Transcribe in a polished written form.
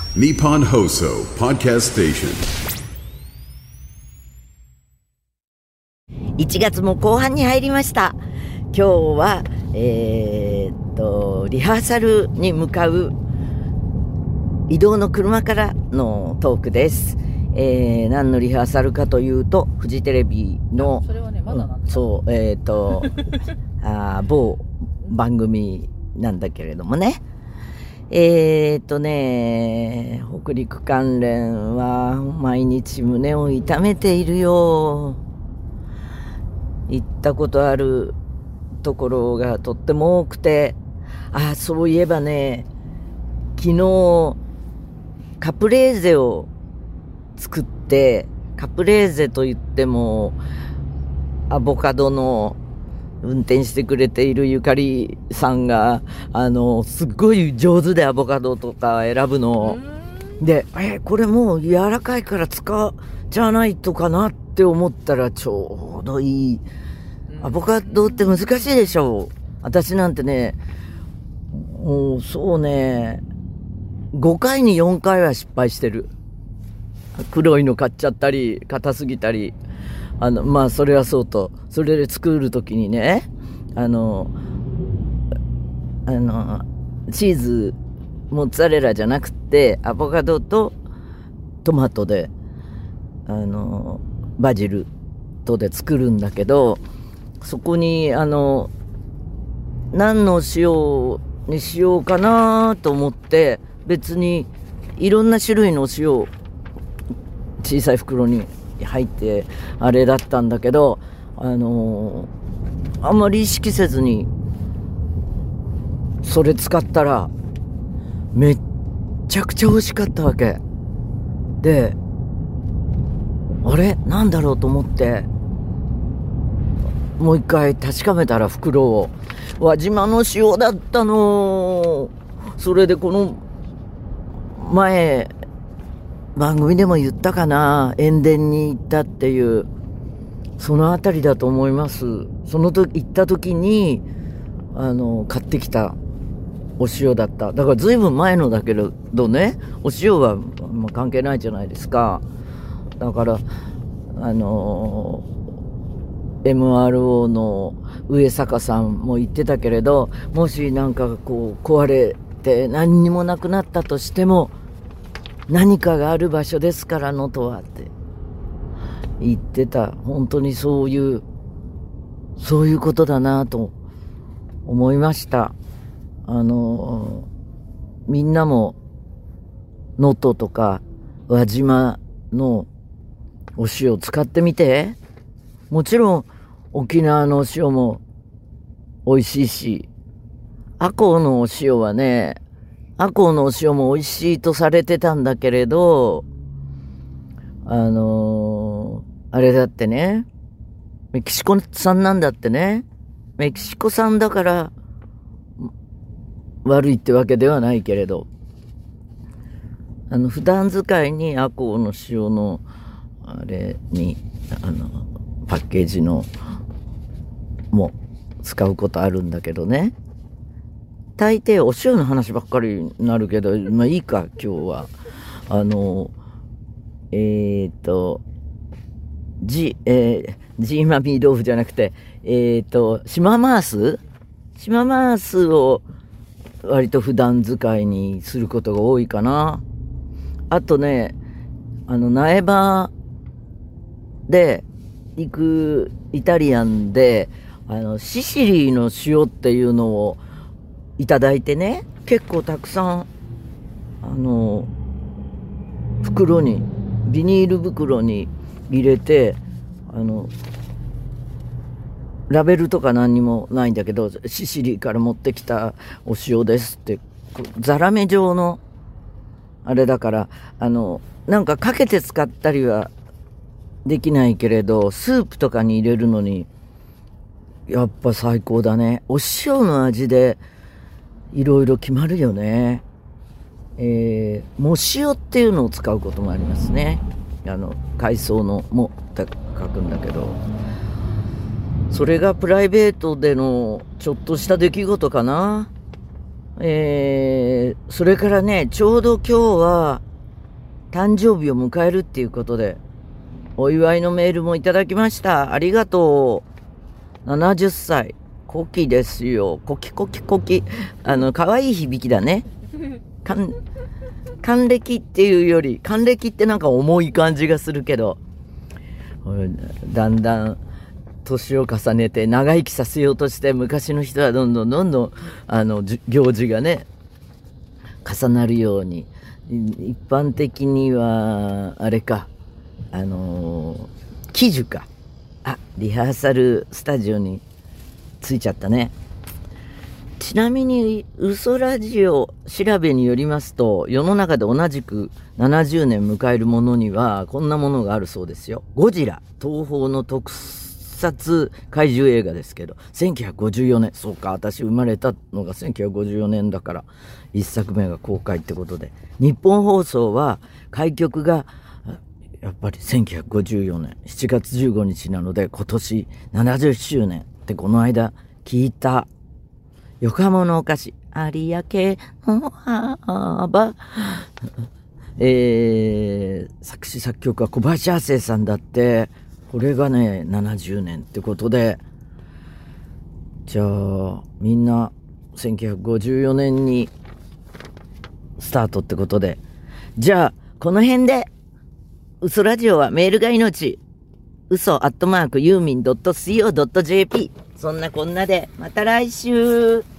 Nippon Hoso Podcast Station。 1月も後半に入りました。今日はリハーサルに向かう移動の車からのトークです。何のリハーサルかというと、フジテレビのそれはねまだなんだ、 そう某番組なんだけれどもね、北陸関連は毎日胸を痛めているよ。行ったことあるところがとっても多くて、そういえばね、昨日カプレーゼを作って、カプレーゼといってもアボカドの運転してくれているゆかりさんがすっごい上手でアボカドとか選ぶので、これもう柔らかいから使っちゃわないとかなって思ったらちょうどいい。アボカドって難しいでしょ。私なんてね、もうそうね、5回に4回は失敗してる。黒いの買っちゃったり硬すぎたり、それはそうと、それで作るときにね、チーズモッツァレラじゃなくてアボカドとトマトでバジルとで作るんだけど、そこに何の塩にしようかなと思って、別にいろんな種類の塩小さい袋に入ってあれだったんだけど、あんまり意識せずにそれ使ったらめっちゃくちゃ美味しかったわけで、あれなんだろうと思ってもう一回確かめたら、袋を輪島の塩だったの。それでこの前番組でも言ったかな、塩田に行ったっていう、そのあたりだと思います。その時行った時に買ってきたお塩だった。だからずいぶん前のだけどね、お塩は関係ないじゃないですか。だからMRO の上坂さんも言ってたけれど、もしなんかこう壊れて何にもなくなったとしても、何かがある場所ですからのとはって言ってた。本当にそういうことだなと思いました。みんなも能登とか輪島のお塩使ってみて。もちろん沖縄のお塩も美味しいし、赤穂のお塩はね、赤穂のお塩も美味しいとされてたんだけれど、あれだってね、メキシコ産なんだってね。メキシコ産だから悪いってわけではないけれど、普段使いに赤穂の塩のあれにパッケージのも使うことあるんだけどね。大抵お塩の話ばっかりになるけど、いいか今日は。ジーマミー豆腐じゃなくて島マースを割と普段使いにすることが多いかな。あとね、苗場で行くイタリアンでシシリの塩っていうのをいただいてね、結構たくさん袋に、ビニール袋に入れて、ラベルとか何にもないんだけど、シシリから持ってきたお塩ですってザラメ状のあれだから、なんかかけて使ったりはできないけれど、スープとかに入れるのにやっぱ最高だね。お塩の味でいろいろ決まるよね。も塩っていうのを使うこともありますね。海藻のもって書くんだけど、それがプライベートでのちょっとした出来事かな。 それからね、ちょうど今日は誕生日を迎えるっていうことで、お祝いのメールもいただきました。ありがとう。70歳。コキですよ。コキ。可愛い響きだね。還暦っていうより、還暦ってなんか重い感じがするけど、だんだん年を重ねて長生きさせようとして、昔の人はどんどん行事がね重なるように、一般的にはあれか、喜寿か、リハーサルスタジオに着いちゃったね。ちなみに嘘ラジオ調べによりますと、世の中で同じく70年迎えるものにはこんなものがあるそうですよ。ゴジラ、東宝の特撮怪獣映画ですけど、1954年、そうか、私生まれたのが1954年だから1作目が公開ってことで、日本放送は開局がやっぱり1954年7月15日なので、今年70周年ってこの間聞いた横浜のお菓子、有明の幅、作詞作曲は小林亜星さんだって、これがね70年ってことで、じゃあみんな1954年にスタートってことで、じゃあこの辺で、嘘ラジオはメールが命、嘘@ユーミン.co.jp、そんなこんなでまた来週。